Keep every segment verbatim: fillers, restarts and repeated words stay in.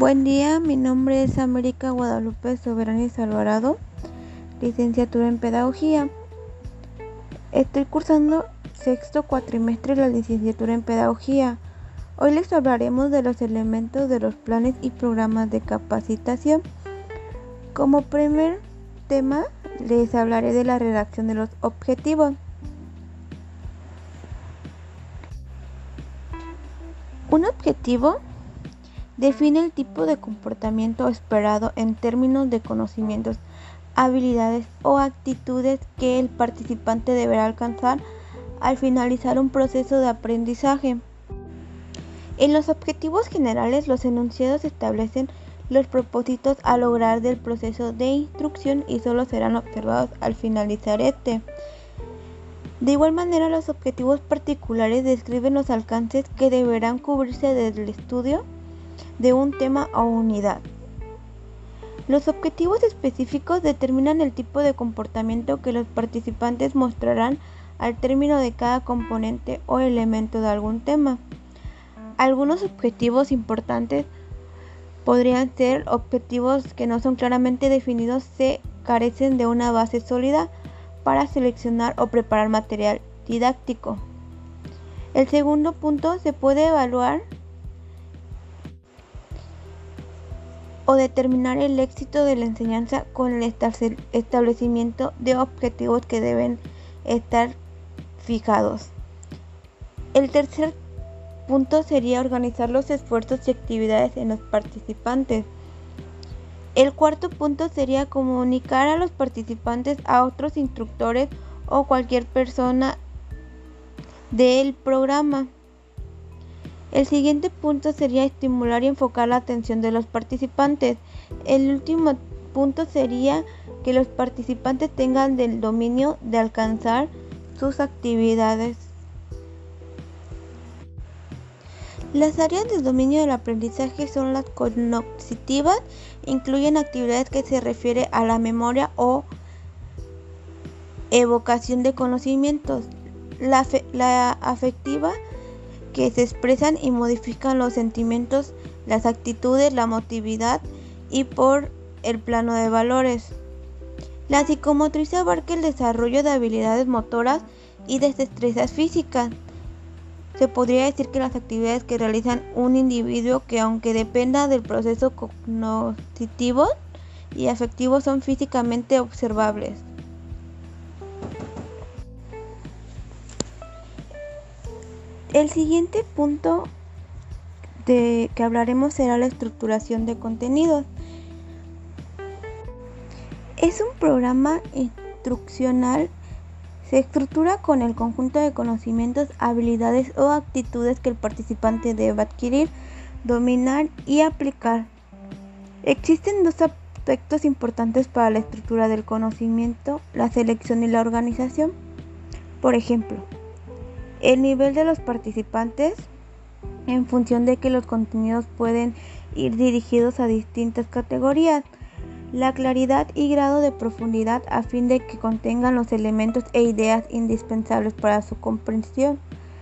Buen día, mi nombre es América Guadalupe Soberanis Alvarado, licenciatura en Pedagogía. Estoy cursando sexto cuatrimestre de la licenciatura en Pedagogía. Hoy les hablaremos de los elementos de los planes y programas de capacitación. Como primer tema, les hablaré de la redacción de los objetivos. Un objetivo define el tipo de comportamiento esperado en términos de conocimientos, habilidades o actitudes que el participante deberá alcanzar al finalizar un proceso de aprendizaje. En los objetivos generales, los enunciados establecen los propósitos a lograr del proceso de instrucción y solo serán observados al finalizar este. De igual manera, los objetivos particulares describen los alcances que deberán cubrirse desde el estudio de un tema o unidad. Los objetivos específicos determinan el tipo de comportamiento que los participantes mostrarán al término de cada componente o elemento de algún tema. Algunos objetivos importantes podrían ser objetivos que no son claramente definidos, se carecen de una base sólida para seleccionar o preparar material didáctico. El segundo punto, se puede evaluar o determinar el éxito de la enseñanza con el establecimiento de objetivos que deben estar fijados. El tercer punto sería organizar los esfuerzos y actividades en los participantes. El cuarto punto sería comunicar a los participantes a otros instructores o cualquier persona del programa. El siguiente punto sería estimular y enfocar la atención de los participantes. El último punto sería que los participantes tengan el dominio de alcanzar sus actividades. Las áreas de dominio del aprendizaje son las cognitivas, incluyen actividades que se refieren a la memoria o evocación de conocimientos. La, la afectiva, que se expresan y modifican los sentimientos, las actitudes, la emotividad y por el plano de valores. La psicomotriz abarca el desarrollo de habilidades motoras y de destrezas físicas. Se podría decir que las actividades que realizan un individuo que, aunque dependa del proceso cognitivo y afectivo, son físicamente observables. El siguiente punto de que hablaremos será la estructuración de contenidos. Es un programa instruccional. Se estructura con el conjunto de conocimientos, habilidades o actitudes que el participante debe adquirir, dominar y aplicar. Existen dos aspectos importantes para la estructura del conocimiento: la selección y la organización. Por ejemplo, el nivel de los participantes, en función de que los contenidos pueden ir dirigidos a distintas categorías. La claridad y grado de profundidad, a fin de que contengan los elementos e ideas indispensables para su comprensión.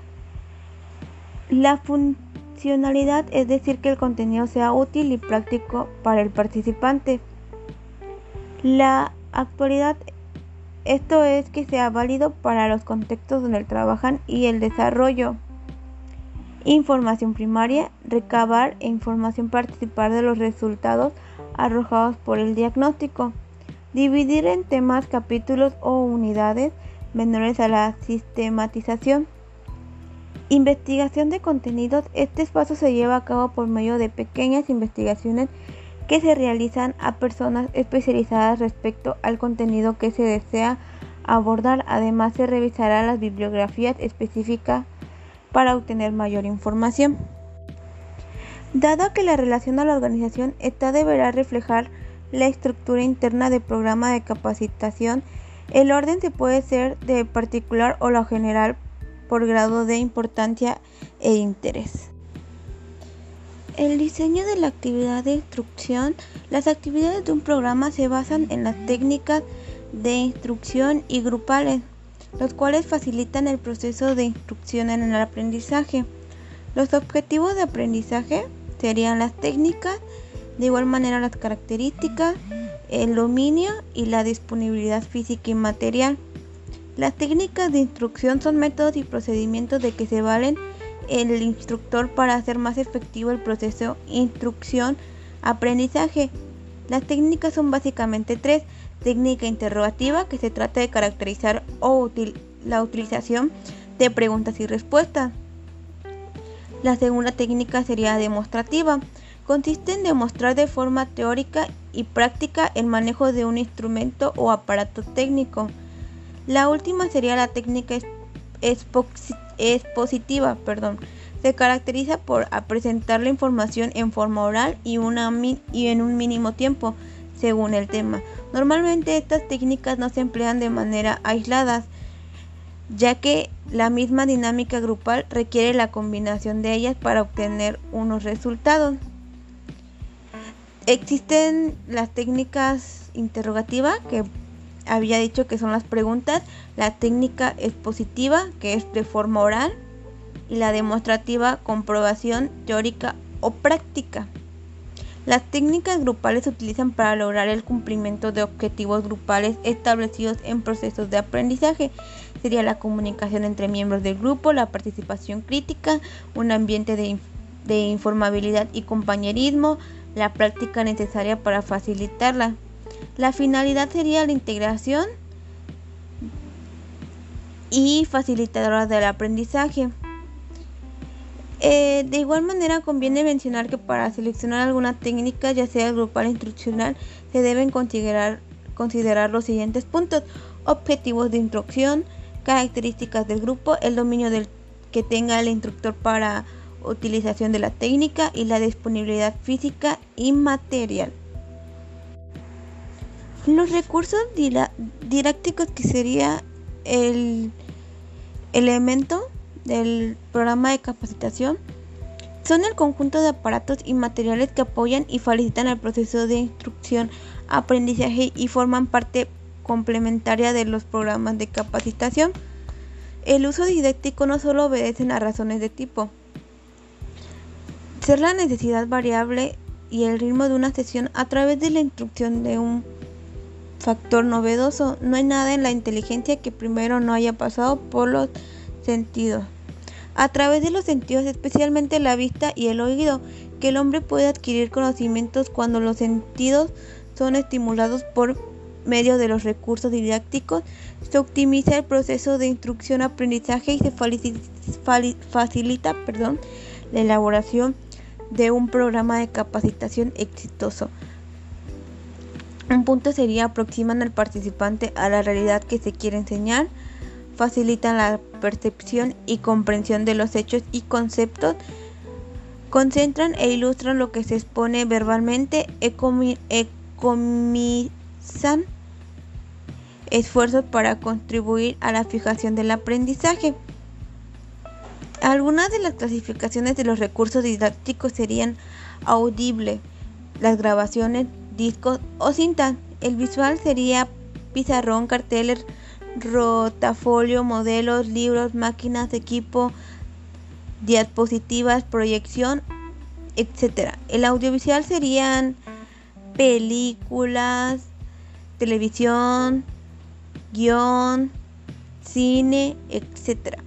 La funcionalidad, es decir, que el contenido sea útil y práctico para el participante. La actualidad, esto es que sea válido para los contextos donde trabajan y el desarrollo. Información primaria, recabar e información participar de los resultados arrojados por el diagnóstico. Dividir en temas, capítulos o unidades menores a la sistematización. Investigación de contenidos. Este paso se lleva a cabo por medio de pequeñas investigaciones que se realizan a personas especializadas respecto al contenido que se desea abordar. Además, se revisará las bibliografías específicas para obtener mayor información. Dado que la relación a la organización, esta deberá reflejar la estructura interna del programa de capacitación. El orden se puede ser de particular o lo general por grado de importancia e interés. El diseño de la actividad de instrucción. Las actividades de un programa se basan en las técnicas de instrucción y grupales, los cuales facilitan el proceso de instrucción en el aprendizaje. Los objetivos de aprendizaje serían las técnicas De igual manera, las características, el dominio y la disponibilidad física y material. Las técnicas de instrucción son métodos y procedimientos de que se valen el instructor para hacer más efectivo el proceso instrucción-aprendizaje. Las técnicas son básicamente tres. Técnica interrogativa, que se trata de caracterizar o util- la utilización de preguntas y respuestas. La segunda técnica sería demostrativa. Consiste en demostrar de forma teórica y práctica el manejo de un instrumento o aparato técnico. La última sería la técnica expositiva, perdón. Se caracteriza por presentar la información en forma oral y, una mi- y en un mínimo tiempo, según el tema. Normalmente estas técnicas no se emplean de manera aislada, ya que la misma dinámica grupal requiere la combinación de ellas para obtener unos resultados. Existen las técnicas interrogativas, que había dicho que son las preguntas, la técnica expositiva, que es de forma oral, y la demostrativa, comprobación teórica o práctica. Las técnicas grupales se utilizan para lograr el cumplimiento de objetivos grupales establecidos en procesos de aprendizaje. Sería la comunicación entre miembros del grupo, la participación crítica, un ambiente de, inf- de informabilidad y compañerismo, la práctica necesaria para facilitarla. La finalidad sería la integración y facilitadora del aprendizaje. Eh, de igual manera, conviene mencionar que para seleccionar alguna técnica, ya sea grupal o instruccional, se deben considerar, considerar los siguientes puntos: objetivos de instrucción, características del grupo, el dominio del que tenga el instructor para utilización de la técnica y la disponibilidad física y material. Los recursos dira- didácticos, que sería el elemento del programa de capacitación, son el conjunto de aparatos y materiales que apoyan y facilitan el proceso de instrucción, aprendizaje y forman parte complementaria de los programas de capacitación. El uso didáctico no solo obedece a razones de tipo ser la necesidad variable y el ritmo de una sesión a través de la instrucción de un factor novedoso. No hay nada en la inteligencia que primero no haya pasado por los sentidos. A través de los sentidos, especialmente la vista y el oído, que el hombre puede adquirir conocimientos cuando los sentidos son estimulados por medio de los recursos didácticos, se optimiza el proceso de instrucción-aprendizaje y se facilita perdón, la elaboración de un programa de capacitación exitoso. Un punto sería: aproximan al participante a la realidad que se quiere enseñar, facilitan la percepción y comprensión de los hechos y conceptos, concentran e ilustran lo que se expone verbalmente, economizan esfuerzos para contribuir a la fijación del aprendizaje. Algunas de las clasificaciones de los recursos didácticos serían: audible, las grabaciones, discos o cintas. El visual sería pizarrón, carteles, rotafolio, modelos, libros, máquinas, equipo, diapositivas, proyección, etcétera. El audiovisual serían películas, televisión, guión, cine, etcétera.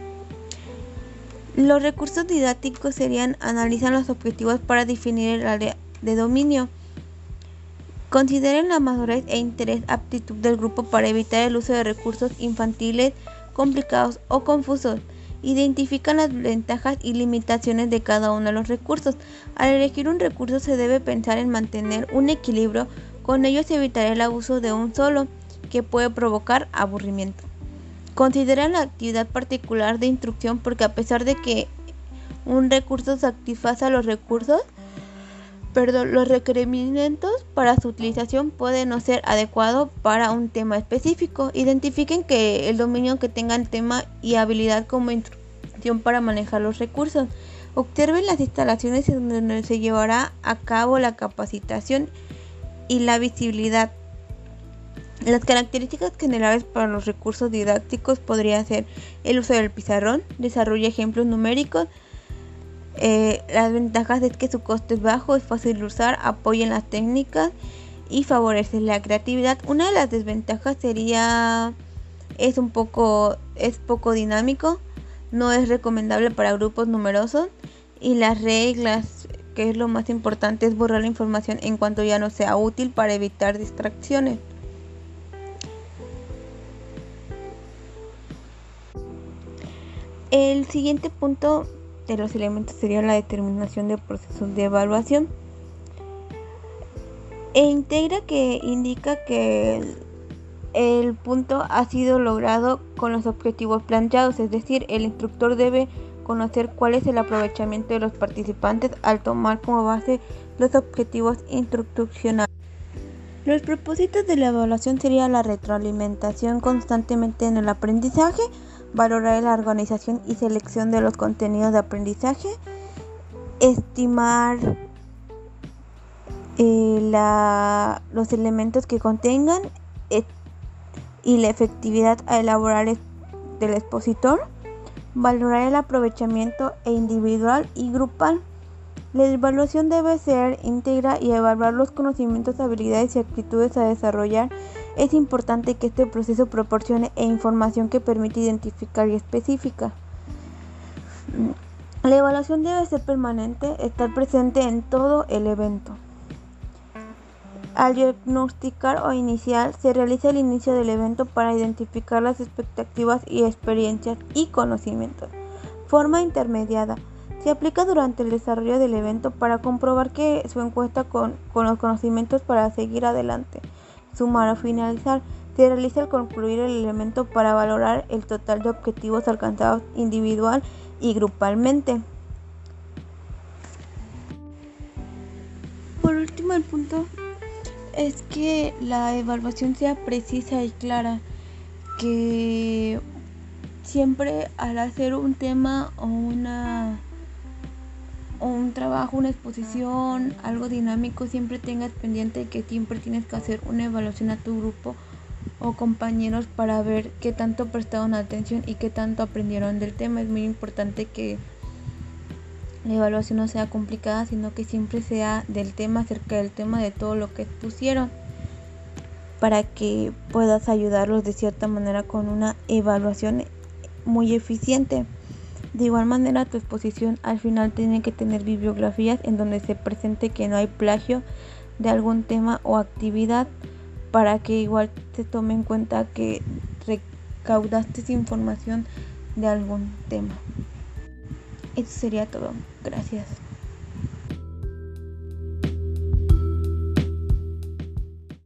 Los recursos didácticos serían: analizan los objetivos para definir el área de dominio, consideren la madurez e interés, aptitud del grupo para evitar el uso de recursos infantiles, complicados o confusos, identifican las ventajas y limitaciones de cada uno de los recursos. Al elegir un recurso se debe pensar en mantener un equilibrio, con ello se evitará el abuso de un solo, que puede provocar aburrimiento. Consideran la actividad particular de instrucción, porque a pesar de que un recurso satisfaza los recursos, perdón, los requerimientos para su utilización puede no ser adecuado para un tema específico. Identifiquen que el dominio que tenga el tema y habilidad como instrucción para manejar los recursos. Observen las instalaciones en donde se llevará a cabo la capacitación y la visibilidad. Las características generales para los recursos didácticos podrían ser: el uso del pizarrón, desarrolla ejemplos numéricos, Eh, las ventajas es que su costo es bajo, es fácil de usar, apoya en las técnicas y favorece la creatividad. Una de las desventajas sería es un poco es poco dinámico, no es recomendable para grupos numerosos y las reglas, que es lo más importante, es borrar la información en cuanto ya no sea útil para evitar distracciones. El siguiente punto de los elementos sería la determinación de procesos de evaluación. E integra, que indica que el, el punto ha sido logrado con los objetivos planteados, es decir, el instructor debe conocer cuál es el aprovechamiento de los participantes al tomar como base los objetivos instruccionales. Los propósitos de la evaluación serían la retroalimentación constantemente en el aprendizaje, valorar la organización y selección de los contenidos de aprendizaje, estimar eh, la, los elementos que contengan et, y la efectividad a elaborar es, del expositor, valorar el aprovechamiento e individual y grupal. La evaluación debe ser íntegra y evaluar los conocimientos, habilidades y actitudes a desarrollar. Es importante que este proceso proporcione e información que permite identificar y específica. La evaluación debe ser permanente, estar presente en todo el evento. Al diagnosticar o iniciar, se realiza el inicio del evento para identificar las expectativas y experiencias y conocimientos. Forma intermediada. Se aplica durante el desarrollo del evento para comprobar que se encuentra con, con los conocimientos para seguir adelante. Sumar o finalizar. Se realiza al concluir el evento para valorar el total de objetivos alcanzados individual y grupalmente. Por último, el punto es que la evaluación sea precisa y clara, que siempre al hacer un tema o una o un trabajo, una exposición, algo dinámico, siempre tengas pendiente que siempre tienes que hacer una evaluación a tu grupo o compañeros para ver qué tanto prestaron atención y qué tanto aprendieron del tema. Es muy importante que la evaluación no sea complicada, sino que siempre sea del tema, acerca del tema, de todo lo que expusieron, para que puedas ayudarlos de cierta manera con una evaluación muy eficiente. De igual manera, tu exposición al final tiene que tener bibliografías en donde se presente que no hay plagio de algún tema o actividad, para que igual se tome en cuenta que recaudaste información de algún tema. Eso sería todo. Gracias.